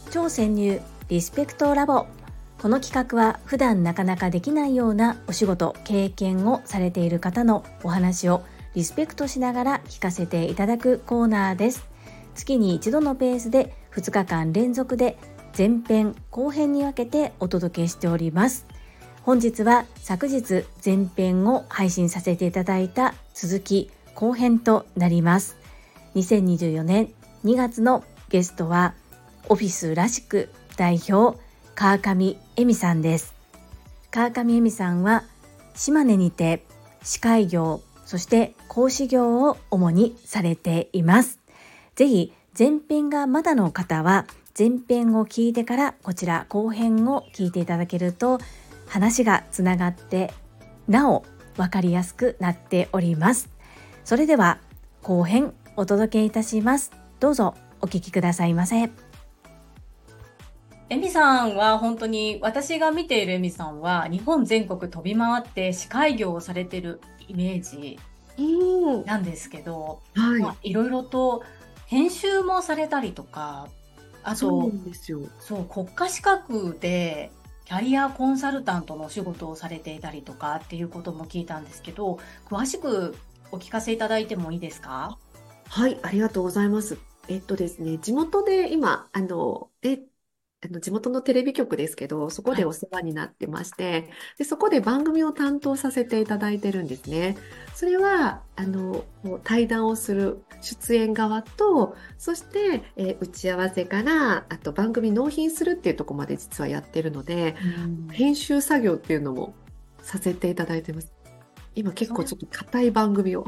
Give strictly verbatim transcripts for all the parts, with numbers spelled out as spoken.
超潜入リスペクトラボ。この企画は普段なかなかできないようなお仕事経験をされている方のお話をリスペクトしながら聞かせていただくコーナーです。月に一度のペースでふつかかん連続で前編後編に分けてお届けしております。本日は昨日前編を配信させていただいた続き後編となります。にせんにじゅうよねんにがつのゲストはオフィスらしく代表川上恵美さんです。川上恵美さんは島根にて司会業そして講師業を主にされています。ぜひ前編がまだの方は前編を聞いてからこちら後編を聞いていただけると話がつながってなお分かりやすくなっております。それでは後編お届けいたします。どうぞお聞きくださいませ。エミさんは本当に私が見ているエミさんは日本全国飛び回って司会業をされてるイメージなんですけど、 はい、 まあ、いろいろと編集もされたりとか、あそうなとんですよ。 そう国家資格でキャリアコンサルタントのお仕事をされていたりとかっていうことも聞いたんですけど、詳しくお聞かせいただいてもいいですか？ はい、ありがとうございます。えっとですね、地元で今、あの、で、あの地元のテレビ局ですけど、そこはい。 でお世話になってまして、で、そこで番組を担当させていただいてるんですね。それは、あの、こう対談をする出演側と、そして、えー打ち合わせから、あと番組納品するっていうところまで実はやってるので、 うん。 編集作業っていうのもさせていただいてます。今結それ構ちょっと硬い番組を。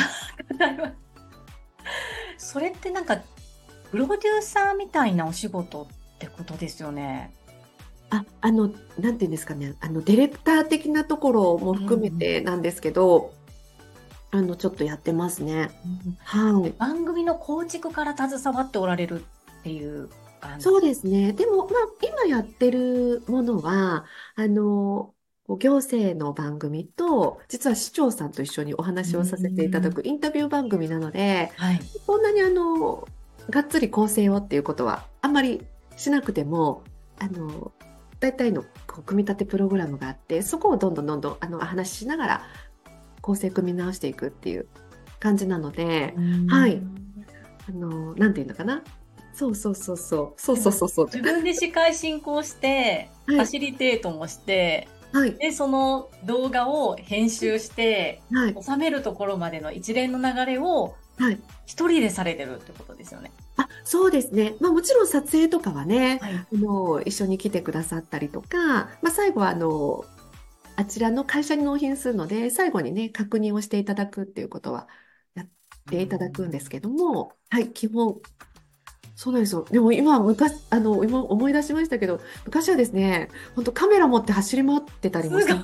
それってなんかプロデューサーみたいなお仕事ってことですよね。 あ、あの、なんていうんですかね、あの、ディレクター的なところもうんう含めんてなんですけど、あの、ちょっとやってますね。 うん。 はい。 番組の構築から携わっておられるっていう感じ。 そうですね。でも、まあ、今やってるものは、あの、こう行政の番組と、実は市長さんと一緒におう話をさせていただん。 くインタビュー番組なので、 はい。 そんなにあの、がっつり構成をっていうことはあんまりしなくても、あの、大体のこう組み立てプログラムがあって、そこをどんどんどんどんあの話ししながら構成組み直していくっていう感じなので、 うはい。 ん。 あの、なんていうのかな。そうそうそうそう。そうでもそうそうそう。 自分で司会進行してフはい。 ァシリテートもしてはい。 でその動画を編集してはい。 収めるところまでの一連の流れをはい。 一人でされてるってことですよね。 あ、そうですね。まあもちろん撮影とかはね、 はい。 あの、一緒に来てくださったりとか、まあ最後はあの、あちらの会社に納品するので、最後にね、確認をしていただくっていうことはやっていただくんですけども、はい、基本、そうなんですよ。でも今、昔、あの、今思い出しましたけど、昔はですね、本当カメラ持って走り回ってたりすごい。 もします。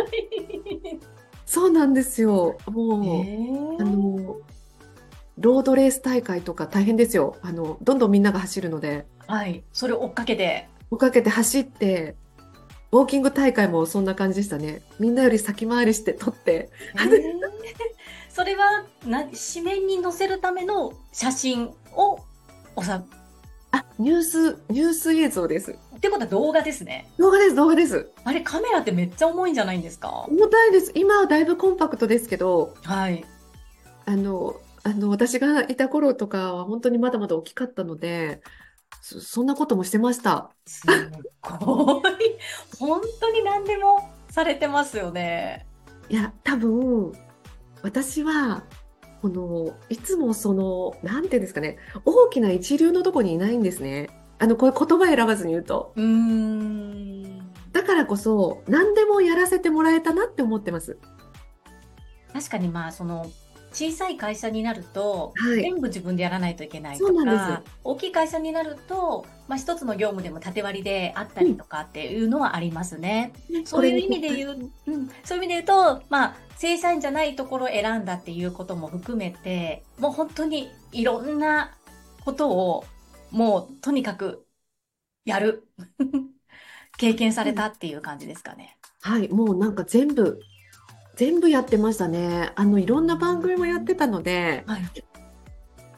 そうなんですよ。もう、あええ。 の、ロードレース大会とか大変ですよ。あの、どんどんみんなが走るので、 はい。それを追っかけて。 追っかけて走って、ウォーキング大会もそんな感じでしたね。みんなより先回りして撮って。 ええ。それはな紙面に載せるための写真をおさあ、ニュース、ニュース映像です。 ってことは動画ですね。 動画です、動画です。 あれカメラってめっちゃ重いんじゃないんですか？ 重たいです。今はだいぶコンパクトですけど、 はい。 あの、あの、私がいた頃とかは本当にまだまだ大きかったので、そ、そんなこともしてました。 すごい。本当に何でもされてますよね。 いや、多分、私は、この、いつもその、なんていうんですかね、大きな一流のとこにいないんですね。あの、こういう言葉選ばずに言うと。 うーん。 だからこそ、何でもやらせてもらえたなって思ってます。 確かにまあその小さい会社になるとはい。 全部自分でやらないといけないそうとなんです。 か、大きい会社になると、まあ、一つの業務でも縦割りであったうん。 りとかっていうのはありますね。 ね、これにそういう意味で言う、 絶対。 うん、そういう意味で言うと、まあ、正社員じゃないところを選んだっていうことも含めて、もう本当にいろんなことをもうとにかくやる経験さうん。 れたっていう感じですかね。 はい。もうなんか全部、全部やってましたね。あの、いろんな番組もやってたので、 はい。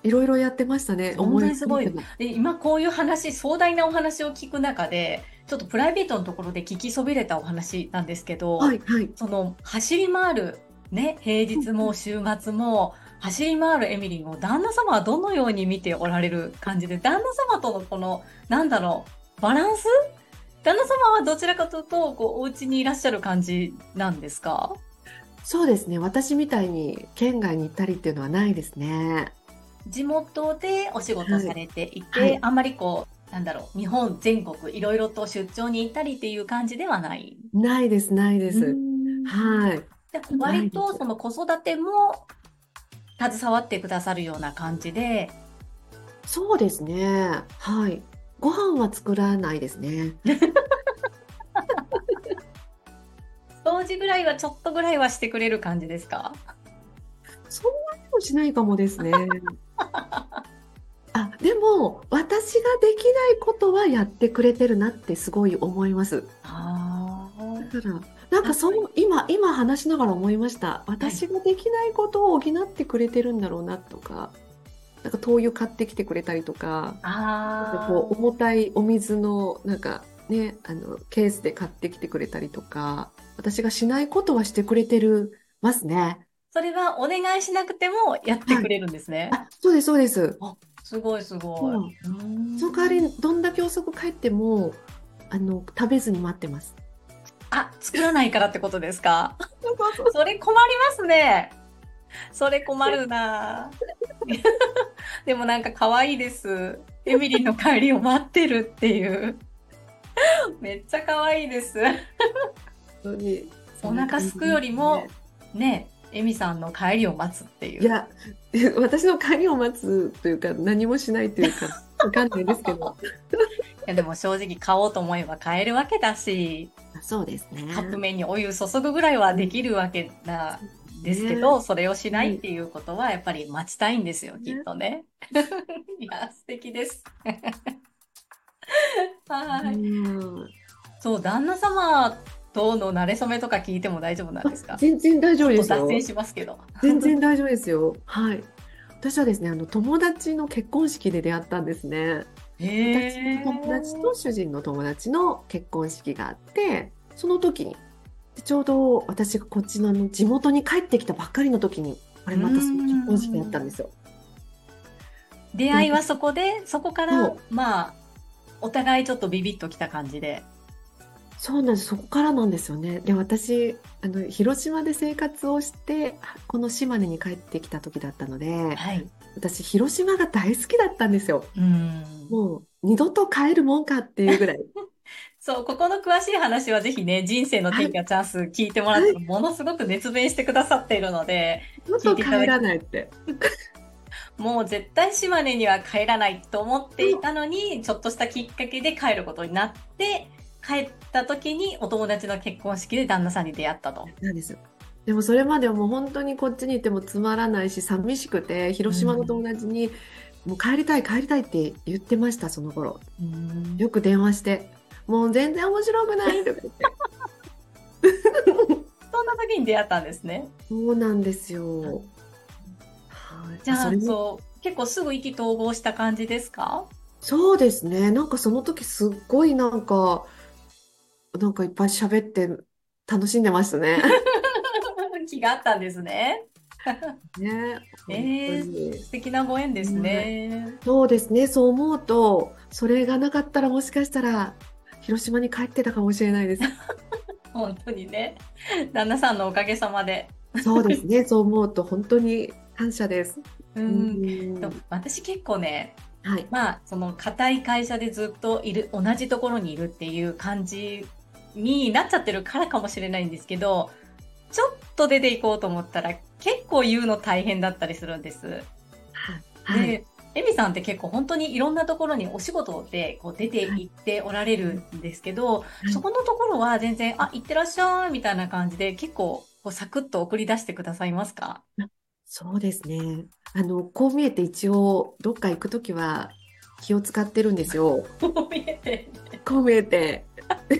いろいろやってましたね。 本思い当にすごい。 浮かべば。 で、今こういう話、壮大なお話を聞く中で、ちょっとプライベートのところで聞きそびれたお話なんですけど、 はい、はい。 その走り回る、ね、平日も週末も走り回るエミリンを旦那様はどのように見ておられる感じで、旦那様とのこの、なんだろう、バランス旦那様はどちらかというと、こう、お家にいらっしゃる感じなんですか？ そうですね。私みたいに県外に行ったりっていうのはないですね。 地元でお仕事はい。 されていて、 はい。 あんまりこう、なんだろう、日本全国いろいろと出張に行ったりっていう感じではない。 ないです、ないでうーす。 ん。 はい。 で、割ないです。 とその子育ても携わってくださるような感じで、 そうですね。はい。ご飯は作らないですね。 掃除ぐらいはちょっとぐらいはしてくれる感じですか？ そんなにもしないかもですね。あ、でも、私ができないことはやってくれてるなってすごい思います。 あだから、なんかそあ、 の、今、今話しながら思いました。 はい。 私ができないことを補ってくれてるんだろうなとか、なんか灯油買ってきてくれたりとか、なんかこう、 ああ、 重たいお水の、なんかね、あの、ケースで買ってきてくれたりとか、私がしないことはしてくれてるますね。 それはお願いしなくてもやってはい。 くれるんですね。 あ、そうです、そうです。 あ、すごいすごい。 そう。 うーその代わん。 り、どんだけ遅く帰っても、あの、食べずに待ってます。 あ、作らないからってことですか？ そうそうそう。 それ困りますね。それ困るな。でもなんか可愛いです。エミリーの帰りを待ってるっていう。めっちゃ可愛いです。 本当に、そおんな腹すくよ感じですりも、 ね。 ね、エミさんの帰りを待つっていう。 いや、私の帰りを待つというか、何もしないというか、わかんないですけど。 いやでも正直買おうと思えば買えるわけだし、 そうですカップね。 麺にお湯注ぐぐらいはうん、 できるわけなそうですね。 ですけど、それをしないっはい。 ていうことはやっぱり待ちたいんですよ、きっね。 とね。いや、素敵です。 うはい。 ん。 そう、旦那様との馴れ初めとか聞いても大丈夫なんあ、 ですか？ 全然大丈夫ちょっですよ。 と脱線しますけど。 全然大丈夫ですよ。はい。私はですね、あの、友達の結婚式で出会ったんですね。 へ私の友達とえ。 主人の友達の結婚式があって、その時に、でちょうど私がこっちのあの地元に帰ってきたばっかりの時に、これうーまたその結婚式だったんでん。 すよ。で、私、 出会いはそこで、そこから、 そう、 まあ、お互いちょっとビビッときた感じで。 そうなんです。そこからなんですよね。で、私、あの、広島で生活をして、この島根に帰ってきた時だったので、 はい。 私、広島が大好きだったんですよ。 うーん。 もう、二度と帰るもんかっていうぐらい。 そう、ここの詳しい話はぜひね、人生のはい、 転機やチャンス聞いてもらったら、 はい、 ものすごく熱弁してくださっているので、 二度聞いと帰らていただき、 ないって。 もう絶対島根には帰らないと思っていそうたのに、ちょっとしたきっかけで帰ることになって、帰った時にお友達の結婚式で旦那さんに出会ったと。 なんですよ。でもそれまではもう本当にこっちにいてもつまらないし寂しくて、 う広島の友ん。 達にもう帰りたい帰りたいって言ってました、その頃。 うん。 よく電話して、もう全然面白くないとか言って。 そんな時に出会ったんですね。 そうなんですよ。はい。あ、そじゃあ、 れも、 そう、結構すぐ意気投合した感じですか？ そうですね。なんかその時すっごいなんか、なんかいっぱい喋って楽しんでましたね。 気があったんですね。 ね、本当えー、 に。 素敵なご縁ですはい。 ね。 そうですね。そう思うと、それがなかったらもしかしたら広島に帰ってたかもしれないです。 本当にね。旦那さんのおかげさまで。 そうですね。そう思うと本当に感謝です。 ううん。でもん。 私結構ね、 はい。 まあ、その固い会社でずっといる、同じところにいるっていう感じになっちゃってるからかもしれないんですけど、ちょっと出ていこうと思ったら結構言うの大変だったりするんです。 はい。はい。 で、エミさんって結構本当にいろんなところにお仕事でこう出てはい。 行っておられるんですけど、 はい。 そこのところは全然、あ、行ってらっしゃいみたいな感じで結構こうサクッと送り出してくださいますか？ あ、そうですね。あの、こう見えて一応、どっか行くときは気を使ってるんですよ。 こう見えて。 こう見えて。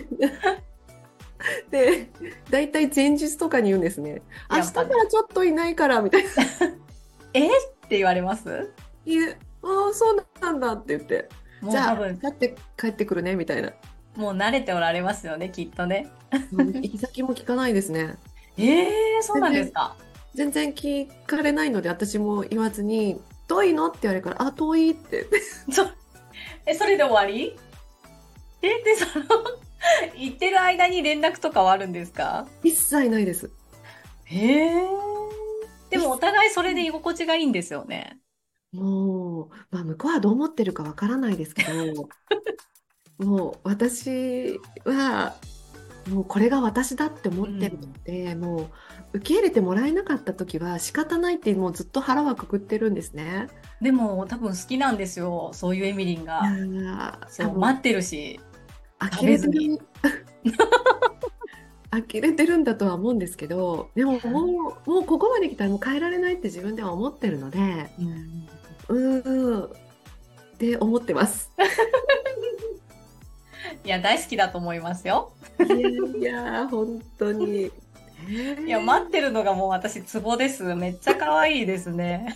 で、大体前日とかに言うんですね。明日かやっぱね、 らちょっといないから、みたいな。 えって言われます？ いえ、ああ、そうなんだって言って、じゃあ、 もう多分、 だって帰ってくるね、みたいな。 もう慣れておられますよね、きっとね。 うん、行き先も聞かないですね。 ええ、そう全然、 なんですか。 全然聞かれないので、私も言わずに、遠いのって言われるから、あ、遠いって。 そ、え、それで終わり？え、で、その、行ってる間に連絡とかはあるんですか？ 一切ないです。 へえ。でもお一切互いそれで居心地がいいんですよね。 もう、まあ、向こうはどう思ってるかわからないですけど、もう私は、もうこれが私だって思うってるのん。 で、もう受け入れてもらえなかった時は仕方ないってもうずっと腹はくくってるんですね。 でも多分好きなんですよ。そういうエミリンいやが。 ー、多そう、 分待ってるし、食呆べずに。 れてる、呆れてるんだとは思うんですけど、でももう、もうここまで来たらもう変えられないって自分では思ってるので、 うん。 うーんって思ってます。 いや、大好きだと思いますよ。 いやいや、本当に。えいや、待っーてるのがもう私ツボです。めっちゃ可愛いですね。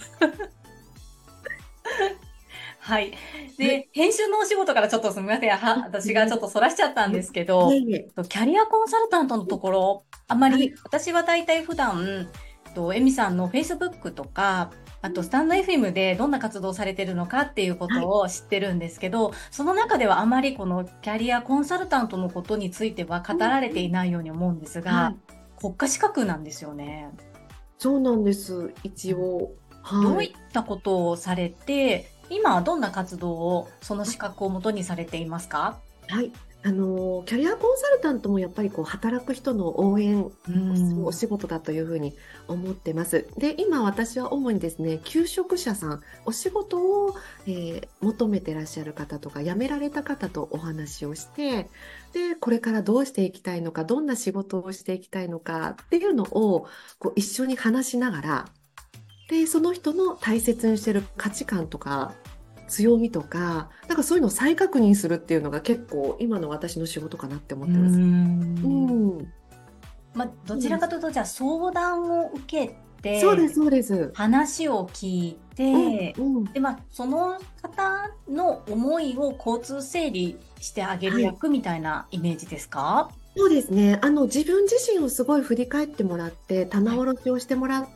はい。 はい。 で、編集のお仕事からちょっとすみません。は、私がちょっとそらしちゃったんですけど、 いえいえ。 とキャリアコンサルタントのところ、あまり、 はい。 私は大体普段、と、エミさんの Facebook とか、あと、スタンド エフエム でどんな活動をされてるのかっていうこはい。 とを知ってるんですけど、その中ではあまりこのキャリアコンサルタントのことについては語られていないように思うんですが、 はい。 国家資格なんですよね。 そうなんです。一応。はい。 どういったことをされて、今はどんな活動をその資格をもとにされていますか？ はい。あの、キャリアコンサルタントもやっぱりこう働く人の応援をうするおん。 仕事だというふうに思ってます。で、今私は主にですね、求職者さん、お仕事を、えー求めてらっしゃる方とか、辞められた方とお話をして、で、これからどうしていきたいのか、どんな仕事をしていきたいのかっていうのをこう一緒に話しながら、で、その人の大切にしてる価値観とか、強みとか、なんかそういうのを再確認するっていうのが結構今の私の仕事かなって思うーってます。うん。 ん。 まあ、どそうなんです。 ちらかというと、じゃあ相談を受けて、 そうです、そうです。 話を聞いうん、 て、 うん。 で、まあ、その方の思いを交通整理してあげるはい。 役みたいなイメージですか？ そうですね。あの、自分自身をすごい振り返ってもらって、棚はい。 卸しをしてもらって、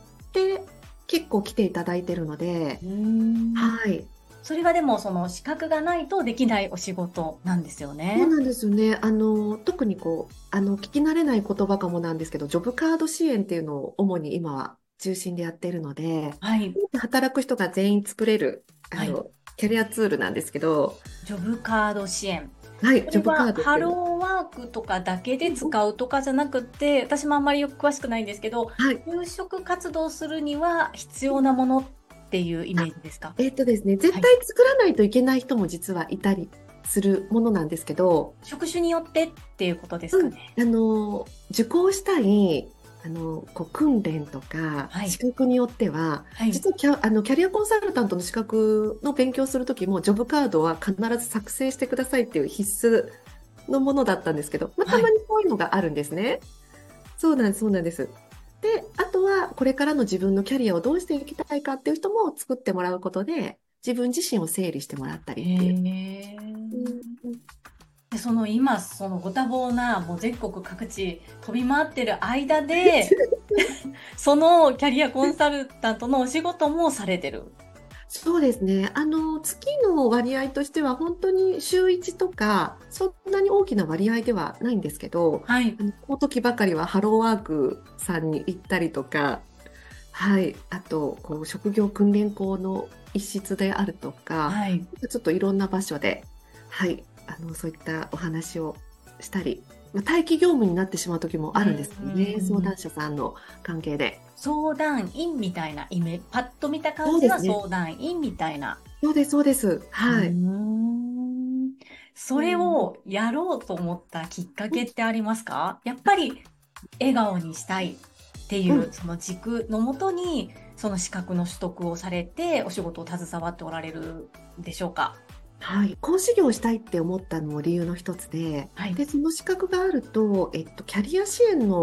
結構来ていただいてるので、 うーん。 はい。 それはでも、その資格がないとできないお仕事なんですよね。 そうなんですよね。あの、特にこう、あの、聞き慣れない言葉かもなんですけど、ジョブカード支援っていうのを主に今は中心でやっているので、 はい。 働く人が全員作れる、あはい。 の、キャリアツールなんですけど、 ジョブカード支援。 はい、 これジョブカはハードっていうの。 ローワークとかだけでうんうん。 使うとかじゃなくて、私もあんまりよく詳しくないんですけど、 はい。 就職活動するには必要なものっていうイメあ、 ージですか？ えっとですね、絶はい。 対作らないといけない人も実はいたりするものなんですけど、 職種によってっていうことですかうん、 ね。 あの、受講したい、あの、こう訓練とかはい。 資格によっては、 はい。 実はキャ、あの、キャリアコンサルタントの資格の勉強するときも、ジョブカードは必ず作成してくださいっていう必須のものだったんですけど、まあ、たはい。 まにこういうのがあるんですね。そうなんです、そうなんです。で、あとは、これからの自分のキャリアをどうしていきたいかっていう人も作ってもらうことで、自分自身を整理してもらったりへっていう。うんえ。 うん。 で、その今、そのご多忙な、もう全国各地飛び回ってる間で、そのキャリアコンサルタントのお仕事もされてる。 そうですね。あの、月の割合としては本当に週いちとか、そんなに大きな割合ではないんですけど、 はい。 あの、この時ばかりはハローワークさんに行ったりとか、はい。あと、こう、職業訓練校の一室であるとか、 はい。 ちょっといろんな場所で、はい。あの、そういったお話をしたり、まあ、待機業務になってしまう時もうあるんですよね。相ん。 談者さんの関係で。 相談員みたいなイメージ、パッと見た感じはそうですね。 相談員みたいな。 そうです、そうです。 うーはい。 ん。それうんをやろうと思ったきっかけってありますか？やっぱり笑顔にしたいっていうん。 うその軸のもとに、その資格の取得をされてお仕事を携わっておられるんでしょうか？ はい、講師業をしたいって思ったのも理由の一つで、 はい。 で、その資格があると、えっと、キャリア支援の、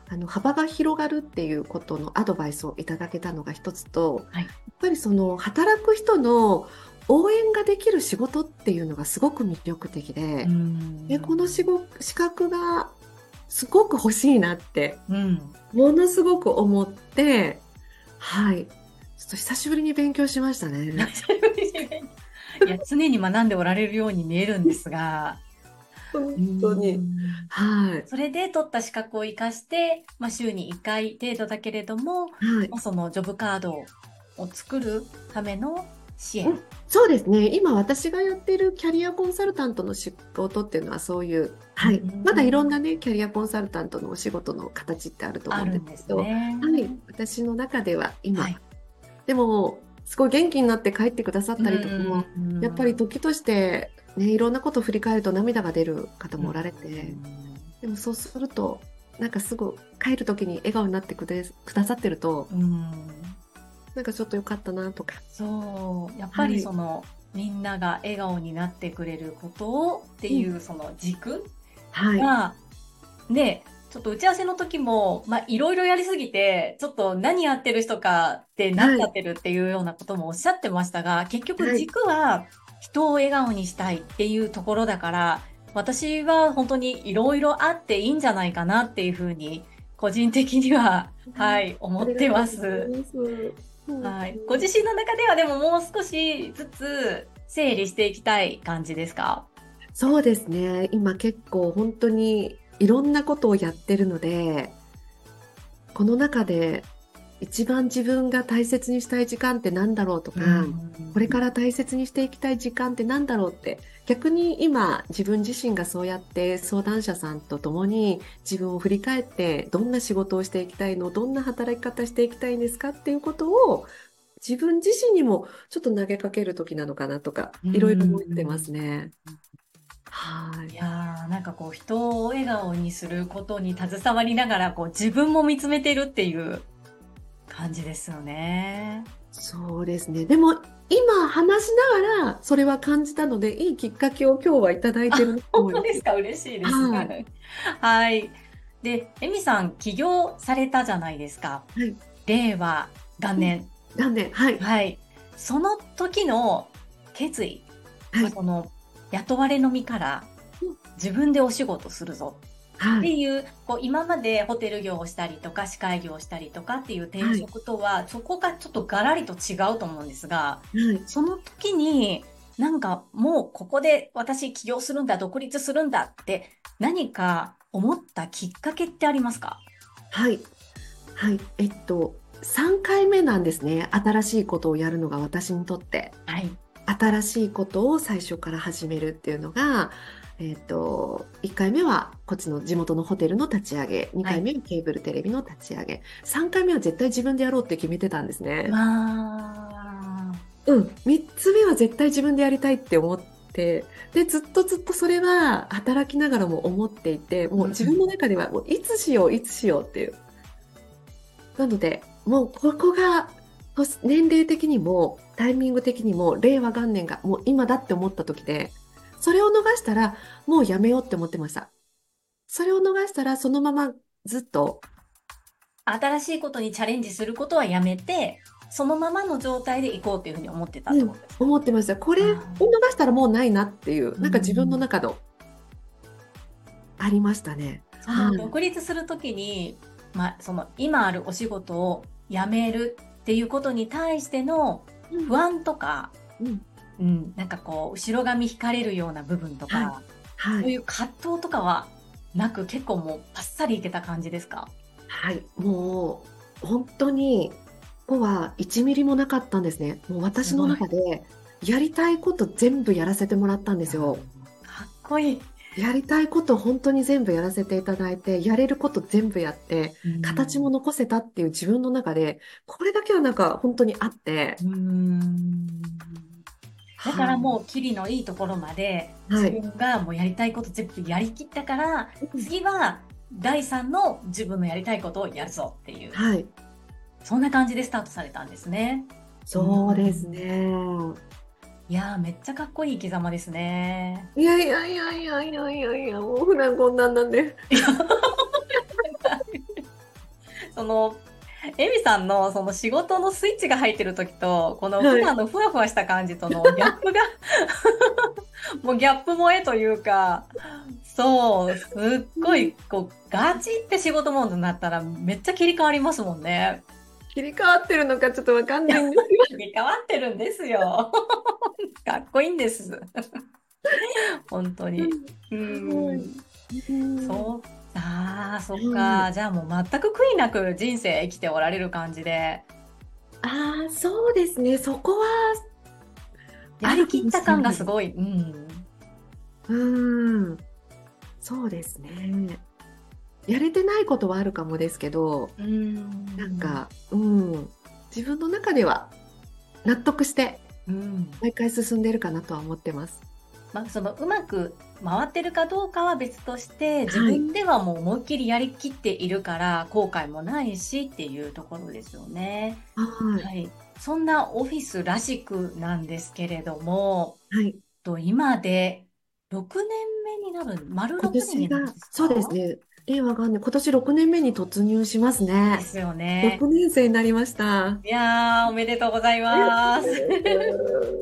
あの幅が広がるっていうことのアドバイスをいただけたのが一つと、 はい。 やっぱりその働く人の応援ができる仕事っていうのがすごく魅力的うで、 ん。 で、この仕事資格がすごく欲しいなってうん。 ものすごく思って、はい。ちょっと久しぶりに勉強しましたね。 いや、常に学んでおられるように見えるんですが、 本う当に。 ん。 はい。 それで取った資格を活かして、まあ、週にいっかい程度だけれども、 はい。 まあ、そのジョブカードを作るための支援。 うん、そうですね。今私がやっているキャリアコンサルタントの仕事っていうのはそういう、 うはい。まだいろんん。 なね、キャリアコンサルタントのお仕事の形ってあると思うんあるんですですけど、 ね。 はい。私の中では今、 はい。 でも、すごい元気になって帰ってくださっうたりとかも、やっぱりん。 時としてね、いろんなことを振り返ると涙が出る方うん。 もおられて、でもそうすると、なんかすぐ帰る時に笑顔になってくれ、くださってると、 うん。 なんかちょっとよかったなとか。 そう。やっぱはい。 りその、みんなが笑顔になってくれることをってうん。 いうその軸はい。 が、ね、ちょっと打ち合わせの時も、まあ、いろいろやりすぎて、ちょっと何やってる人かってなっはい。 ちゃってるっていうようなこともおっしゃってましたが、結局はい。 軸は人を笑顔にしたいっていうところだから、私は本当にいろいろあっていいんじゃないかなっていうふうに、個人的には、 うん、 はい、思ありがってとうございます。 ます。うんはい。ご自身の中ではでももう少しずつ整理していきたい感じですか？ そうですね。今結構本当にいろんなことをやってるので、この中で一番自分が大切にしたい時間って何だろうとうか、これん。 から大切にしていきたい時間って何だろうって、逆に今自分自身がそうやって相談者さんと共に自分を振り返って、どんな仕事をしていきたいの、どんな働き方していきたいんですかっていうことを自分自身にもちょっと投げかける時なのかなとか、 ういろいろ思ってまん。 すね。はい。 いやー、なんかこう人を笑顔にすることに携わりながら、こう自分も見つめてるっていう感じですよね。 そうですね。でも今話しながらそれは感じたので、いいきっかけを今日はいただいてあ、 るなと思います。 本当ですか？嬉しいです。 はい。 はい。で、エミさん起業されたじゃないですか。 はい。 令和元うん、 年。 なんで、はい。 はい。その時の決意、 はい。 まあその雇われの身からうん、 自分でお仕事するぞっはい。 ていう、こう今までホテル業をしたりとか、司会業をしたりとかっていう転はい。 職とは、そこがちょっとガラリと違うと思うんですが、 はい。 その時に、なんかもうここで私起業するんだ、独立するんだって何か思ったきっかけってありますか？ はい。はい。えっと、さんかいめなんですね。新しいことをやるのが私にとって。 はい。 新しいことを最初から始めるっていうのが、えっと、いっかいめはこっちの地元のホテルの立ち上げ、2 はい。 回目はケーブルテレビの立ち上げ、さんかいめは絶対自分でやろうって決めてたんですね。 まあ、 うん、みっつめは絶対自分でやりたいって思って、で、ずっとずっとそれは働きながらも思っていて、もう自分のうん。 中ではもういつしよう、いつしようっていう。なので、もうここが年年齢的にもタイミング的にも令和元年がもう今だって思った時で、それを逃したらもうやめようって思ってました。それを逃したらそのままずっと、 新しいことにチャレンジすることはやめて、そのままの状態で行こうっていうふうに思ってたってうん、 ことですか？ 思ってました。これをあ逃したらもうないなっていう、 ーうなんか自分のん。 中のありましたね。 そのはい。 独立するときに、まあ、その今あるお仕事を辞めるっていうことに対してのうん、 不安とか、 うん、 うん、なんかこう、後ろ髪引かれるような部分とはい、 か、 はい、 そういう葛藤とかはなく、結構もうパッサリいけた感じですか？ はい。もう本当にここはいちミリもなかったんですね。もう私のすごい。 中でやりたいこと全部やらせてもらったんですよ。 あーかっこいい。 やりたいこと本当に全部やらせていただいて、やれること全部やって、 う形もん。 残せたっていう自分の中で、これだけはなんか本当にあって、 うーん。だからはもう、キリのいいところまで、 い、は自い、 分がもうやりたいこと全部やりきったから、 うん、 次は第三の自分のやりたいことをやるぞっていう、 はい、 そんな感じでスタートされたんですね。うーそうですん。 ね。 いやー、めっちゃかっこいい生き様ですね。 いやいやいやいやいやいやいや、もう普段こんなんなんで。 その、エミさんのその仕事のスイッチが入ってる時と、この普はい。 段のふわふわした感じとのギャップがもうギャップ萌えというか、そう、すっごい、こう、ガチって仕事モードになったらめっちゃ切り替わりますもんね。 切り替わってるのかちょっとわかんないんです切り替わってるんですよ。かっこいいんです。本当けど。 に。うはい。 ん。 うん。 そう、ああ、そっはい。 か。じゃあもう全く悔いなく人生生きておられる感じで、 ああ、そうですね。そこはやりきあるかもった感がしれないです。 すごい。うん。 うん。そうですね。やれてないことはあるかもですけど、 うん。 なんか、うん。自分の中では納得してうん。 毎回進んでるかなとは思ってます。 まあ、そのうまく回ってるかどうかは別として、自はい。 分ではもう思いっきりやりきっているから後悔もないしっていうところですよね。 はい。 はい。そんなオフィスらしくなんですけれども、 はい。 と今でろくねんめになる、丸今ろくねん年が、 になるんですそうですか？ ね。令和元年、今年ろくねんめに突入しますね。 ですよね。 ろくねん生になりました。あいやー、おめでとうございりがとうます。 ございます。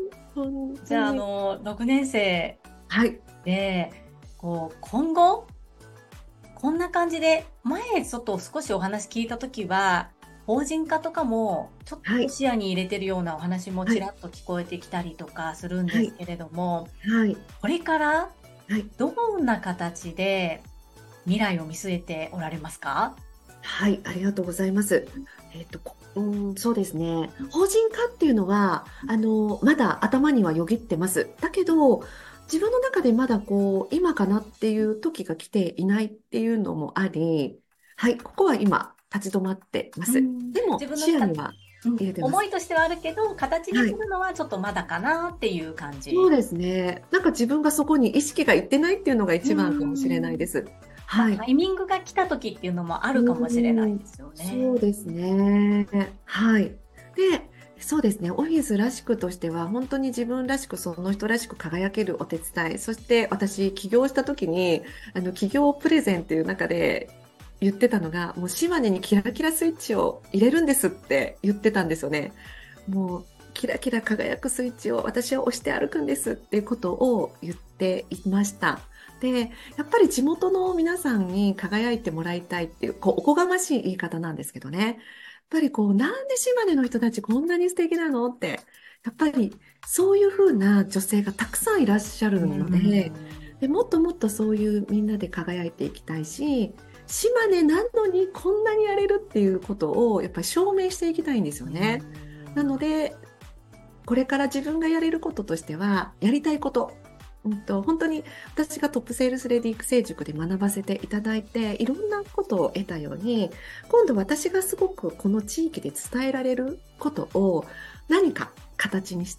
本じゃあ、あ当に。 の、ろくねん生はい。 で、こう、今後、こんな感じで、前ちょっと少しお話聞いたときは、法人化とかもちょっはい。 と視野に入れてるようなお話もはい。 ちらっと聞こえてきたりとかするんはい。 ですけれども、 はい。 これからはい。 どんな形で未来を見据えておられますか？ はい。ありがとうございます。えっと、こうん、そうですね。法人化っていうのは、あの、まだ頭にはよぎってます。だけど、自分の中でまだこう、今かなっていう時が来ていないっていうのもあり、はい。ここは今、立ち止まってます。 うん、 でも、 自分のか、 視野にはうん、 入れてます。 思いとしてはあるけど、形にはい。 するのはちょっとまだかなっていう感じ。 そうですね。なんか自分がそこに意識がいってないっていうのがう一番かもしれないでん。 す。 まあ、 はい。 タイミングが来た時っていうのもあるかもしれなうん、 いですよね。 そうですね。はい。で、そうですね。オフィスらしくとしては、本当に自分らしく、その人らしく輝けるお手伝い。そして私、起業した時に、あの、企業プレゼンっていう中で言ってたのが、もう島根にキラキラスイッチを入れるんですって言ってたんですよね。もう、キラキラ輝くスイッチを私は押して歩くんですっていうことを言っていました。で、やっぱり地元の皆さんに輝いてもらいたいっていう、こう、おこがましい言い方なんですけどね。やっぱりこう、なんで島根の人たちこんなに素敵なのって、やっぱりそういう風な女性がたくさんいらっしゃうるので、 ん。 で、もっともっとそういうみんなで輝いていきたいし、島根なのにこんなにやれるっていうことをやっぱり証明していきたいんですようね。なのん。 で、これから自分がやれることとしては、やりたいこと。うんと、本当に私がトップセールスレディ育成塾で学ばせていただいて、いろんなことを得たように、今度私がすごくこの地域で伝えられることを何か形にして、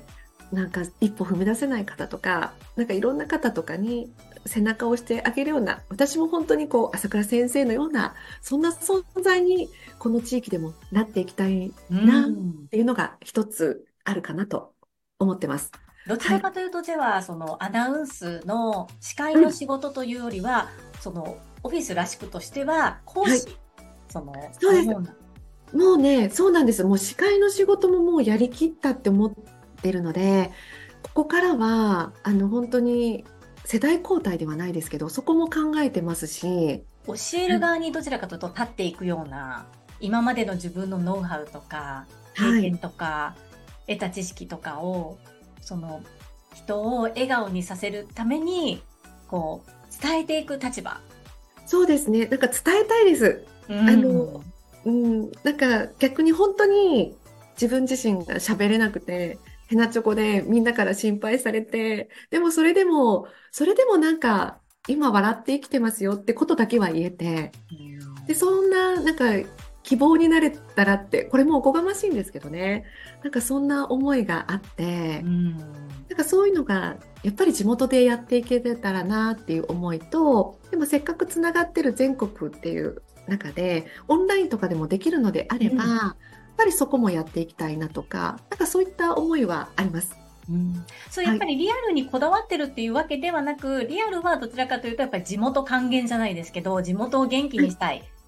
なんか一歩踏み出せない方とか、なんかいろんな方とかに背中を押してあげるような、私も本当にこう、朝倉先生のような、そんな存在にこの地域でもなっていきたいうなっん。 ていうのが一つあるかなと思ってます。 どちはい。 らかというと、では、そのアナウンスの司会うん。 の仕事というよりは、そのオフィスらしくとしては、講はい。 師、その、 そうです。 のような。 もうね、そうなんです。もう司会の仕事ももうやりきったって思ってるので、ここからは、あの、本当に世代交代ではないですけど、そこも考えてますし、 教える側にどちらかというと立っていくような、今までの自分のノウハウとか、経はい。 験とか、得た知識とかを、その、人を笑顔にさせるために、こう、伝えていく立場。 そうですね。なんか伝えたいです。 うあの、 ん。 うん、なんか逆に本当に自分自身が喋れなくて、ヘナチョコでみんなから心配されて、でもそれでも、それでもなんか今笑って生きてますよってことだけは言えて、 うん。 で、そんななんか希望になれたらって、これもおこがましいんですけどね、なんかそんな思いがあって、 うん。 なんかそういうのがやっぱり地元でやっていけたらなっていう思いと、でもせっかくつながってる全国っていう中で、オンラインとかでもできるのであれば、 うん。 やっぱりそこもやっていきたいなとか、なんかそういった思いはあります。 うん。そう、やはい。 っぱりリアルにこだわってるっていうわけではなく、リアルはどちらかというと、やっぱり地元還元じゃないですけど、地元を元気はい。 にしたい。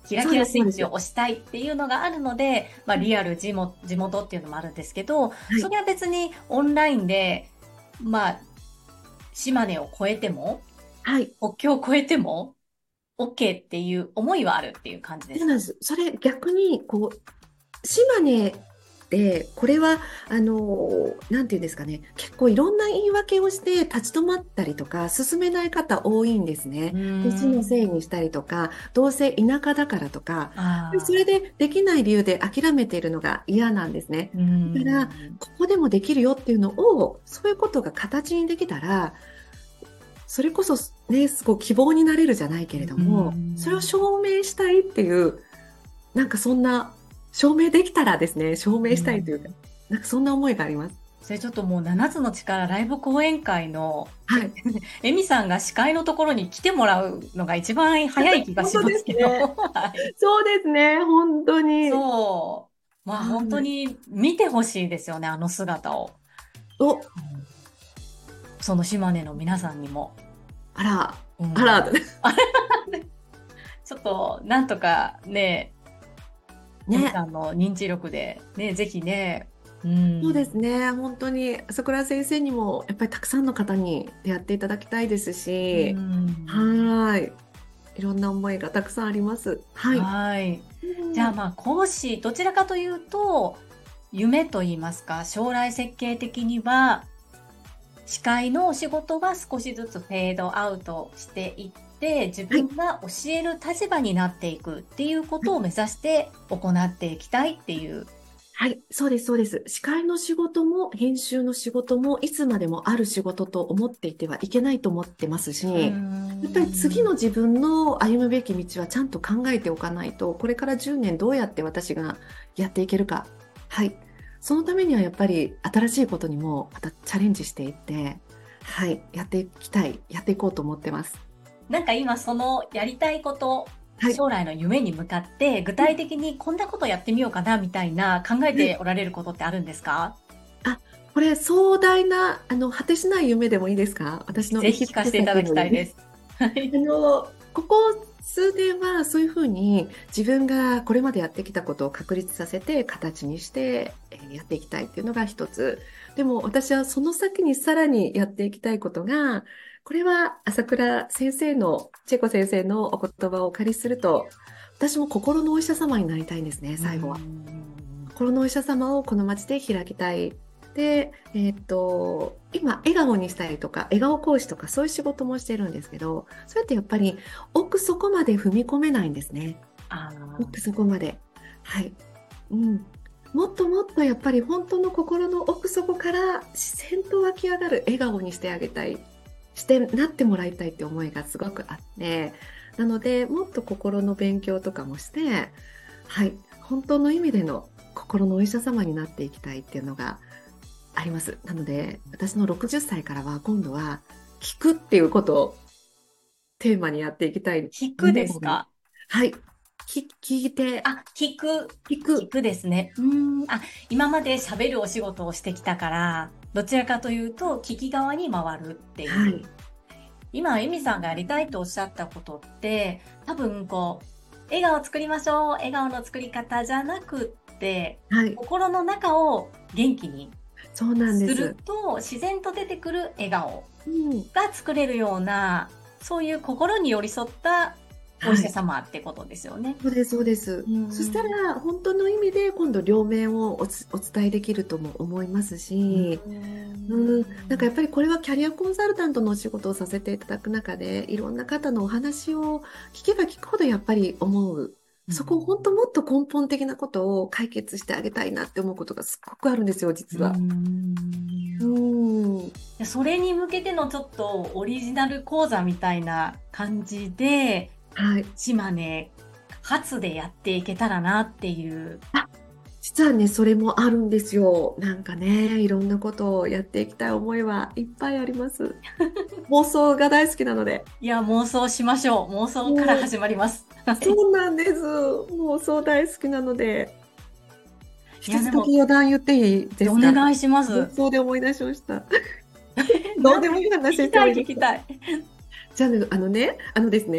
キラキラスイッチを押したいっていうのがあるので、まあ、リアル地元、地元っていうのもあるんですけど、 はい。 それは別にオンラインで、まあ、島根を越えても、 はい。 国境を越えても、OK っていう思いはあるっていう感じですか？ そうなんです。それ逆に、こう、島根で、これは、あの、なんていうんですかね、結構いろんな言い訳をして立ち止まったりとか、進めない方多いんですね。 うー年のせいにん。 したりとか、どうせ田舎だからとか、でそれああ。 でできない理由で諦めているのが嫌なんですね。 うーだから、 ん。 ここでもできるよっていうのを、そういうことが形にできたら、それこそね、すごい希望になれるじゃないけれどうーも、それをん。 証明したいっていう、なんかそんな、証明できたらですね、証う明したいというか、 ん。 なんかそんな思いがあります。 それちょっともうななつの力ライブ講演会の、え、 はい。 エミさんが司会のところに来てもらうのが一番早い気が本当でしますけど。 すね。 はい。 そうですね、本当に。 そう。まあ本当はい。 に見てほしいですよね、あの姿を。 お、 うん、その島根の皆さんにも。 あら、 うん。 あら、 ちょっと、なんとかね、エミね。 さんの認知力で、ね、ぜひね、うそうでん。 すね、本当に、朝倉先生にも、やっぱりたくさんの方に出会っていただきたいですうし、 ん。 はい。いろんな思いがたくさんあります。はい。 はい。じゃあうん、 まあ講師、どちらかというと、夢と言いますか、将来設計的には、司会のお仕事は少しずつフェードアウトしていって、自はい。 分が教える立場になっていくっていうことを目指して行っていきたいっていう。 はい、そうです、そうです。司会の仕事も編集の仕事もいつまでもある仕事と思っていてはいけないと思ってますうーし、やっぱり次のん。 自分の歩むべき道はちゃんと考えておかないと、これからじゅうねんどうやって私がやっていけるか。はい。そのためにはやっぱり新しいことにもまたチャレンジしていって、はい、やっていきたい、やっていこうと思ってます。 なんか今そのやりたいこと、 はい。 将来の夢に向かって具体的にこんなことやってみようかなみたいな考えはい。 ておられることってあるんですか？ あ、これ壮大な、あの、果てしない夢でもいいですか？私のぜ生き尽くひ聞かせていただ先の夢。 きたいです。はい。 あの、ここ数年はそういうふうに自分がこれまでやってきたことを確立させて形にしてえーやっていきたいっていうのが一つ。でも私はその先にさらにやっていきたいことが、これは朝倉先生の、チェコ先生のお言葉をお借りすると、私も心のお医者様になりたいんですね、 うー最後は。 ん。 心のお医者様をこの街で開きたい。で、えーっと、今、笑顔にしたりとか、笑顔講師とか、そういう仕事もしてるんですけど、それってやっぱり奥底まで踏み込めないんですね。 ああ、 奥底まで。はい。うん。もっともっとやっぱり本当の心の奥底から自然と湧き上がる笑顔にしてあげたい。してなってもらいたいって思いがすごくあって、なので、もっと心の勉強とかもして、はい。本当の意味での心のお医者様になっていきたいっていうのがあります。なので、私のろくじゅっさいからは今度は聞くっていうことをテーマにやっていきたい聞く夢があります。 ですか？ はい。聞、聞いて、 あ、聞く、聞聞く。 くですね。うーん。あ、今まで喋るお仕事をしてきたから、どちらかというと、聞き側に回るっていう。 はい。 今、エミさんがやりたいとおっしゃったことって、多分こう、笑顔作りましょう、笑顔の作り方じゃなくって、 はい。 心の中を元気にそうなんするです。 と、自然と出てくる笑顔うん。 が作れるような、そういう心に寄り添ったお医者はい。 様ってことですよね。 そうです、そうです。 うそしたん。 ら、本当の意味で今度両面をおつ、お伝えできるとも思いますうし、うん、なんかん。 やっぱりこれはキャリアコンサルタントのお仕事をさせていただく中で、いろんな方のお話を聞けば聞くほどやっぱり思う。 うん。 そこを本当もっと根本的なことを解決してあげたいなって思うことがすっごくあるんですよ、 う実は。うん。 ん。 でそれに向けてのちょっとオリジナル講座みたいな感じで、 はい。 島根初でやっていけたらなっていう。 あ、実はね、それもあるんですよ。なんかね、いろんなことをやっていきたい思いはいっぱいあります。妄想が大好きなので。 いや、妄想しましょう。妄想からもう、 始まります。はい。 そうなんです。妄想大好きなので。 いや、 一つでも、 だけ余談言っていいですか？ お願いしま妄す。 想で思い出しました。どうなんで、 でもいい話し聞きたい、 てもいいですか？ 聞きたい。 じゃあね、あのね、あのですね、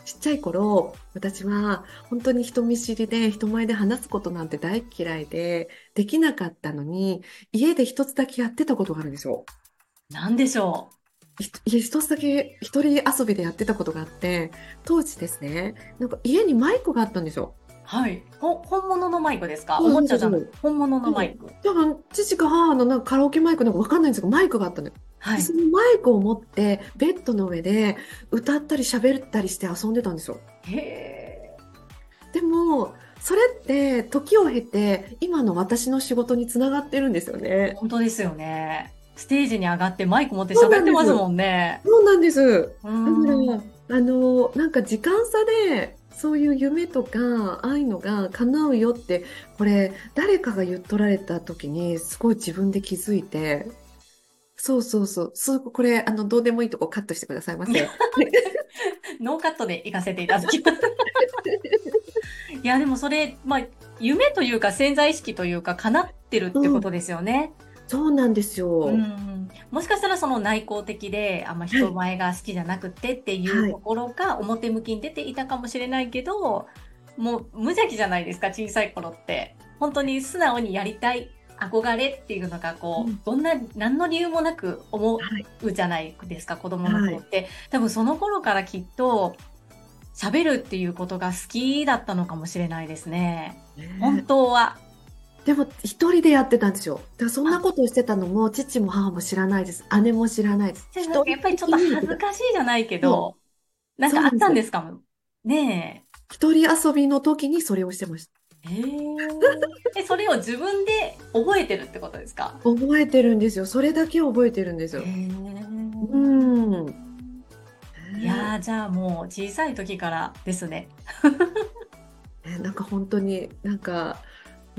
ちっちゃい頃、私は本当に人見知りで人前で話すことなんて大嫌いで、できなかったのに、家で一つだけやってたことがあるんですよ。 なんでしょひ家一つだけ一人遊びでやってたことがあって、当時ですね、なんか家にマイクがあったんですよ。 う。はい。ほ、本物のマイクですか？おそうもちゃじゃなく、 そうそう。 本物のマそうイク。 多分、父か母のなんかカラオケマイクなんかわかんないんですけど、マイクがあったのよ。で、そはい。 のマイクを持って、ベッドの上で歌ったり喋ったりして遊んでたんですよ。 へえ。 でも、それって時を経て、今の私の仕事につながってるんですよね。 本当ですよね。ステージに上がってマイク持ってそう喋っなんです。 てますもんね。 そうなんです。 うーだかん。 ら、あの、なんか時間差で、そういう夢とか、ああいうのが叶うよって、これ、誰かが言っとられた時に、すごい自分で気づいて、そうそうそう、すごいこれ、あの、どうでもいいとこカットしてくださいませ。 ノーカットで行かせていただきます。いや、でもそれ、まあ、夢というか潜在意識というか、叶ってるってうん、 ことですよね。 そうなんですうよ。 ん。もしかしたらその内向的で、あんまはい、 人前が好きじゃなくてっていうはい、 ところが表向きに出ていたかもしれないけど、もう無邪気じゃないですか、小さい頃って。本当に素直にやりたい、憧れっていうのがこう、 うん、 どんな、何の理由もなく思はい、 うじゃないですか、子供のはい。 頃って。多分その頃からきっと、喋るっていうことが好きだったのかもしれないですね。本ね当は。 でも、一人でやってたんですよ。だからそんなあ、 ことをしてたのも、父も母も知らないです。姉も知らないです。 じゃあなん一人かやっぱりちょっと的にやってた。 恥ずかしいじゃないけそう、 ど、なんかあったんでそうなんですよ。 すかも。ね一人遊びの時にそれをしてましえ。へえ。え、それを自分で覚えてるってことですか？ た。覚えてるんですよ。それだけ覚えてるんですへよ。 え。 うん。ねいやー、じゃあもう小さい時からですね。 ねなんか本当になんか、うん、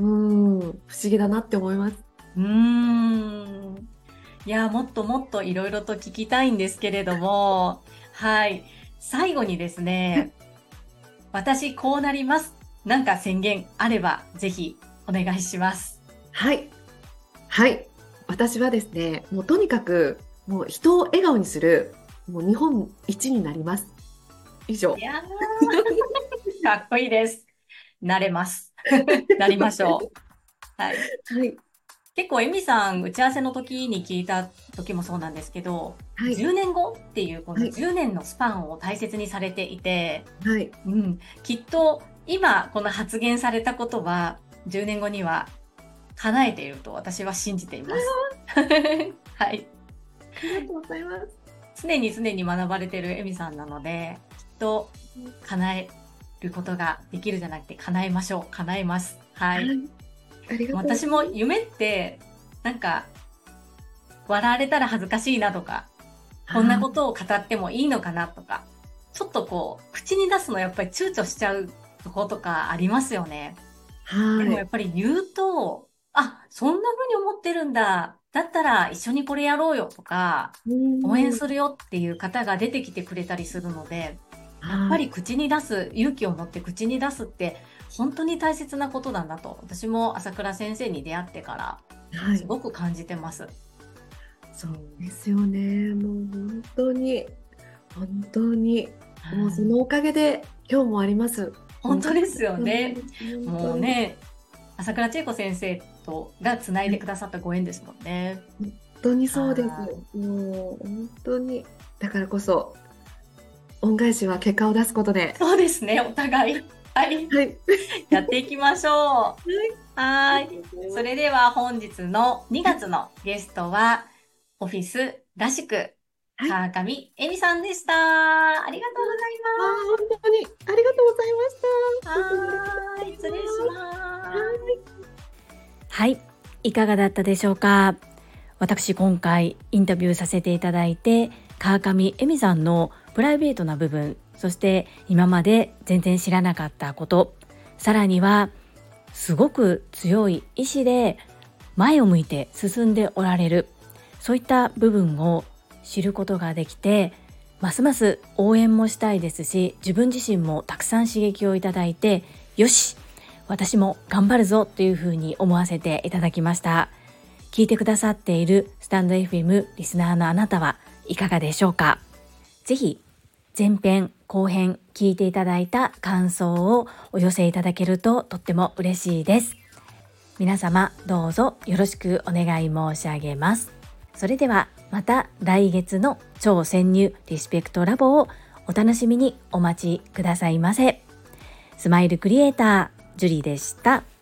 不思議だなって思います。 うーん。いやー、もっともっといろいろと聞きたいんですけれども、はい。最後にですね、私こうなります。なんか宣言あればぜひお願いします。 はい。はい。私はですね、もうとにかく、もう人を笑顔にする、もう日本一になります。以上。 いやー、かっこいいです。なれます。なりましょう。はい。 はい。 結構、エミさん、打ち合わせの時に聞いた時もそうなんですけど、 はい。 じゅうねんごっていうこのはい。 じゅうねんのスパンを大切にされていて、 はい。 うん、きっと今この発言されたことはじゅうねんごには叶えていると私は信じています。はい。 ありがとうございます。 常に常に学ばれているエミさんなので、きっと叶えることができるじゃなくて叶えましょう。叶えます。はい。 はい。ありがとうござ私います。 も夢ってなんか笑われたら恥ずかしいなとか、こんなはことを語ってもいいのかなとか、ちょっとこう、口に出すのやっぱり躊躇しちゃうところとかありますよね。ではい。 もやっぱり言うと、あ、そんな風に思ってるんだ。だったら一緒にこれやろうよとか、 う応援ん。 するよっていう方が出てきてくれたりするので、やっぱはい。 り口に出す、勇気を持って口に出すって本当に大切なことなんだと、私も朝倉先生に出会ってからはい。 すごく感じてます。うそうん、 ですよね。もう本当に、本当に、 はもうそのい、 おかげで今日もあります。本当にあ本当ですよりがとうございね。 ます。本当に。 もうね、朝倉千恵子先生とがつないはい。 でくださったご縁ですもんね。 本当にそうです。 はい。 もう本当に。だからこそ、恩返しは結果を出すことで。 そうですね、お互い。はい。 はい。 やっていきましょはい。 う。はーい。 ありがとうございそれます。 では本日の2 はい。 月のゲストは、オフィスらしく、 はい。 川上恵美さんでした。ありがとうああ、本当にありがとうございましございます。 た。本当にありがとうごはーい。 ざい失礼します。 ます。 はい。 はい。いかがだったでしょうか？私今回インタビューさせていただいて、川上恵美さんのプライベートな部分、そして今まで全然知らなかったこと、さらにはすごく強い意志で前を向いて進んでおられる、そういった部分を知ることができて、ますます応援もしたいですし、自分自身もたくさん刺激をいただいて、よし私も頑張るぞというふうに思わせていただきました。聞いてくださっているスタンド エフエム リスナーのあなたはいかがでしょうか？ぜひ前編後編聞いていただいた感想をお寄せいただけるととっても嬉しいです。皆様どうぞよろしくお願い申し上げます。それではまた来月の超潜入リスペクトラボをお楽しみにお待ちくださいませ。スマイルクリエイタージュリでした。